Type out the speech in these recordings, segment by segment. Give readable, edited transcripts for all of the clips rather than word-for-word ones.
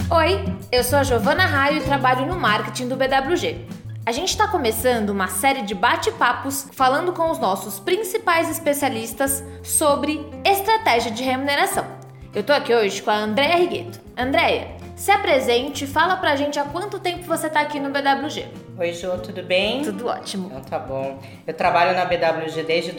Oi, eu sou a Giovana Raio e trabalho no marketing do BWG. A gente está começando uma série de bate-papos falando com os nossos principais especialistas sobre estratégia de remuneração. Eu tô aqui hoje com a Andréia Rigueto. Andréia, se apresente e fala pra gente há quanto tempo você tá aqui no BWG. Oi, Jô, tudo bem? Tudo ótimo. Então tá bom. Eu trabalho na BWG desde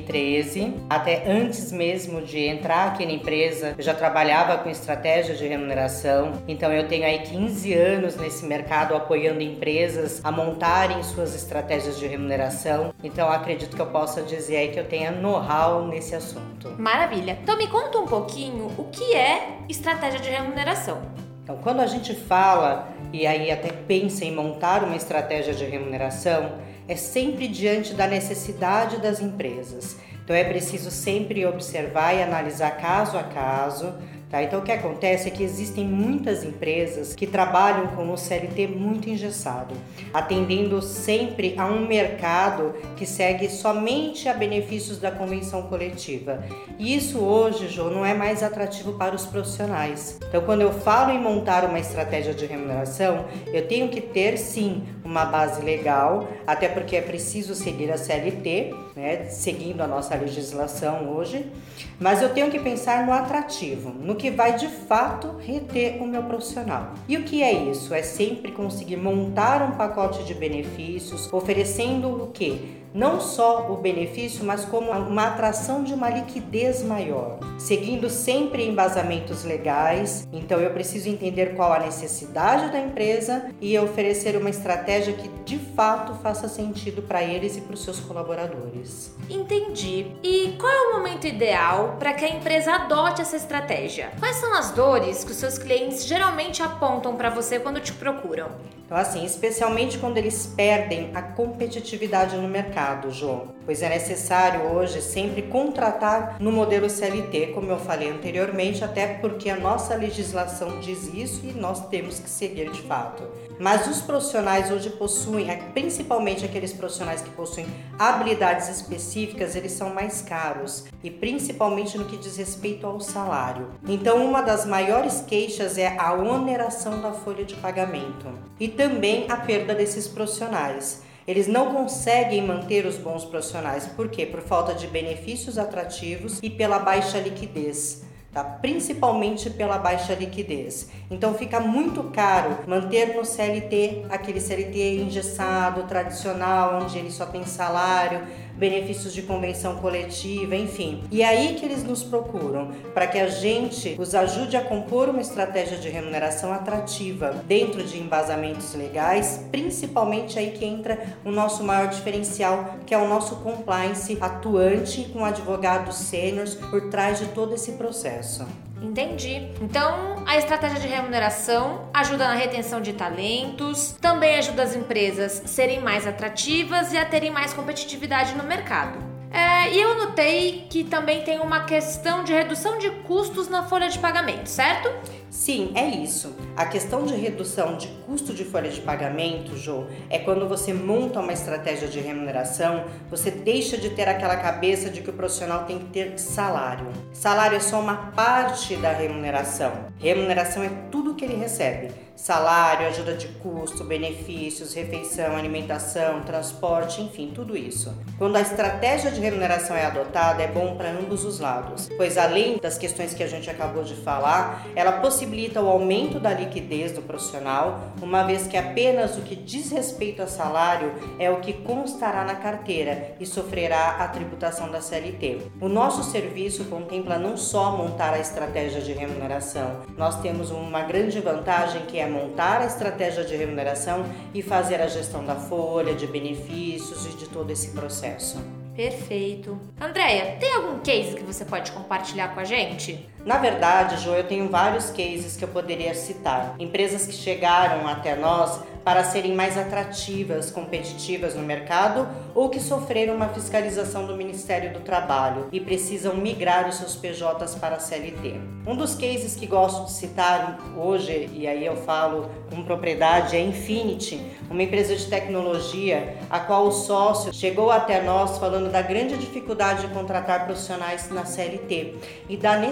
2013. Até antes mesmo de entrar aqui na empresa, eu já trabalhava com estratégia de remuneração. Então eu tenho aí 15 anos nesse mercado apoiando empresas a montarem suas estratégias de remuneração. Então acredito que eu possa dizer aí que eu tenho know-how nesse assunto. Maravilha. Então me conta um pouquinho o que é estratégia de remuneração. Então, quando a gente fala e aí até pensa em montar uma estratégia de remuneração, é sempre diante da necessidade das empresas. Então, é preciso sempre observar e analisar caso a caso. Tá? Então, o que acontece é que existem muitas empresas que trabalham com o CLT muito engessado, atendendo sempre a um mercado que segue somente a benefícios da convenção coletiva. E isso hoje, Jô, não é mais atrativo para os profissionais. Então, quando eu falo em montar uma estratégia de remuneração, eu tenho que ter, sim, uma base legal, até porque é preciso seguir a CLT, né, seguindo a nossa legislação hoje, mas eu tenho que pensar no atrativo, no que vai de fato reter o meu profissional. E o que é isso? É sempre conseguir montar um pacote de benefícios, oferecendo o quê? Não só o benefício, mas como uma atração de uma liquidez maior, seguindo sempre embasamentos legais. Então eu preciso entender qual a necessidade da empresa e oferecer uma estratégia que de fato faça sentido para eles e para os seus colaboradores. Entendi. E qual é o momento ideal para que a empresa adote essa estratégia? Quais são as dores que os seus clientes geralmente apontam para você quando te procuram? Então assim, especialmente quando eles perdem a competitividade no mercado, João, pois é necessário hoje sempre contratar no modelo CLT, como eu falei anteriormente, até porque a nossa legislação diz isso e nós temos que seguir de fato. Mas os profissionais hoje possuem, principalmente aqueles profissionais que possuem habilidades específicas, eles são mais caros e principalmente no que diz respeito ao salário. Então uma das maiores queixas é a oneração da folha de pagamento e também a perda desses profissionais. Eles não conseguem manter os bons profissionais. Por quê? Por falta de benefícios atrativos e pela baixa liquidez. Tá? Principalmente pela baixa liquidez. Então fica muito caro manter no CLT, aquele CLT engessado, tradicional, onde ele só tem salário, benefícios de convenção coletiva, enfim. E é aí que eles nos procuram, para que a gente os ajude a compor uma estratégia de remuneração atrativa dentro de embasamentos legais, principalmente aí que entra o nosso maior diferencial, que é o nosso compliance atuante com advogados sêniores por trás de todo esse processo. Entendi. Então, a estratégia de remuneração ajuda na retenção de talentos, também ajuda as empresas a serem mais atrativas e a terem mais competitividade no mercado. E eu notei que também tem uma questão de redução de custos na folha de pagamento, certo? Sim, é isso. A questão de redução de custo de folha de pagamento, Jô, é quando você monta uma estratégia de remuneração, você deixa de ter aquela cabeça de que o profissional tem que ter salário. Salário é só uma parte da remuneração. Remuneração é tudo que ele recebe. Salário, ajuda de custo, benefícios, refeição, alimentação, transporte, enfim, tudo isso. Quando a estratégia de remuneração é adotada, é bom para ambos os lados, pois além das questões que a gente acabou de falar, ela possibilita o aumento da liquidez do profissional, uma vez que apenas o que diz respeito a salário é o que constará na carteira e sofrerá a tributação da CLT. O nosso serviço contempla não só montar a estratégia de remuneração, nós temos uma grande vantagem que é montar a estratégia de remuneração e fazer a gestão da folha, de benefícios e de todo esse processo. Perfeito. Andréia, tem algum case que você pode compartilhar com a gente? Na verdade, Jô, eu tenho vários cases que eu poderia citar. Empresas que chegaram até nós para serem mais atrativas, competitivas no mercado ou que sofreram uma fiscalização do Ministério do Trabalho e precisam migrar os seus PJs para a CLT. Um dos cases que gosto de citar hoje, e aí eu falo com propriedade, é Infinity, uma empresa de tecnologia, a qual o sócio chegou até nós falando da grande dificuldade de contratar profissionais na CLT e da necessidade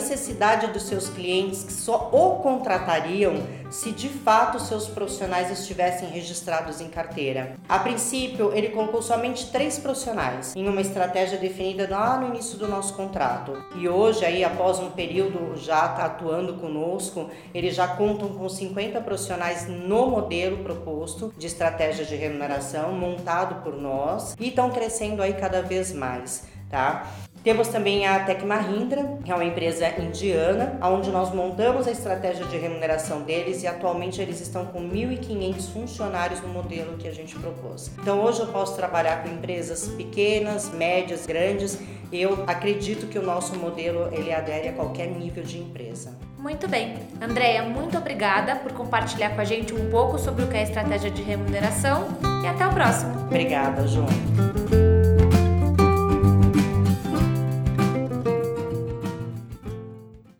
necessidade dos seus clientes que só o contratariam se de fato seus profissionais estivessem registrados em carteira. A princípio, ele colocou somente 3 profissionais em uma estratégia definida lá no início do nosso contrato. E hoje, aí, após um período já atuando conosco, eles já contam com 50 profissionais no modelo proposto de estratégia de remuneração montado por nós e estão crescendo aí cada vez mais, tá? Temos também a Tech Mahindra, que é uma empresa indiana, onde nós montamos a estratégia de remuneração deles e atualmente eles estão com 1.500 funcionários no modelo que a gente propôs. Então hoje eu posso trabalhar com empresas pequenas, médias, grandes. Eu acredito que o nosso modelo ele adere a qualquer nível de empresa. Muito bem. Andréia, muito obrigada por compartilhar com a gente um pouco sobre o que é a estratégia de remuneração e até o próximo. Obrigada, João.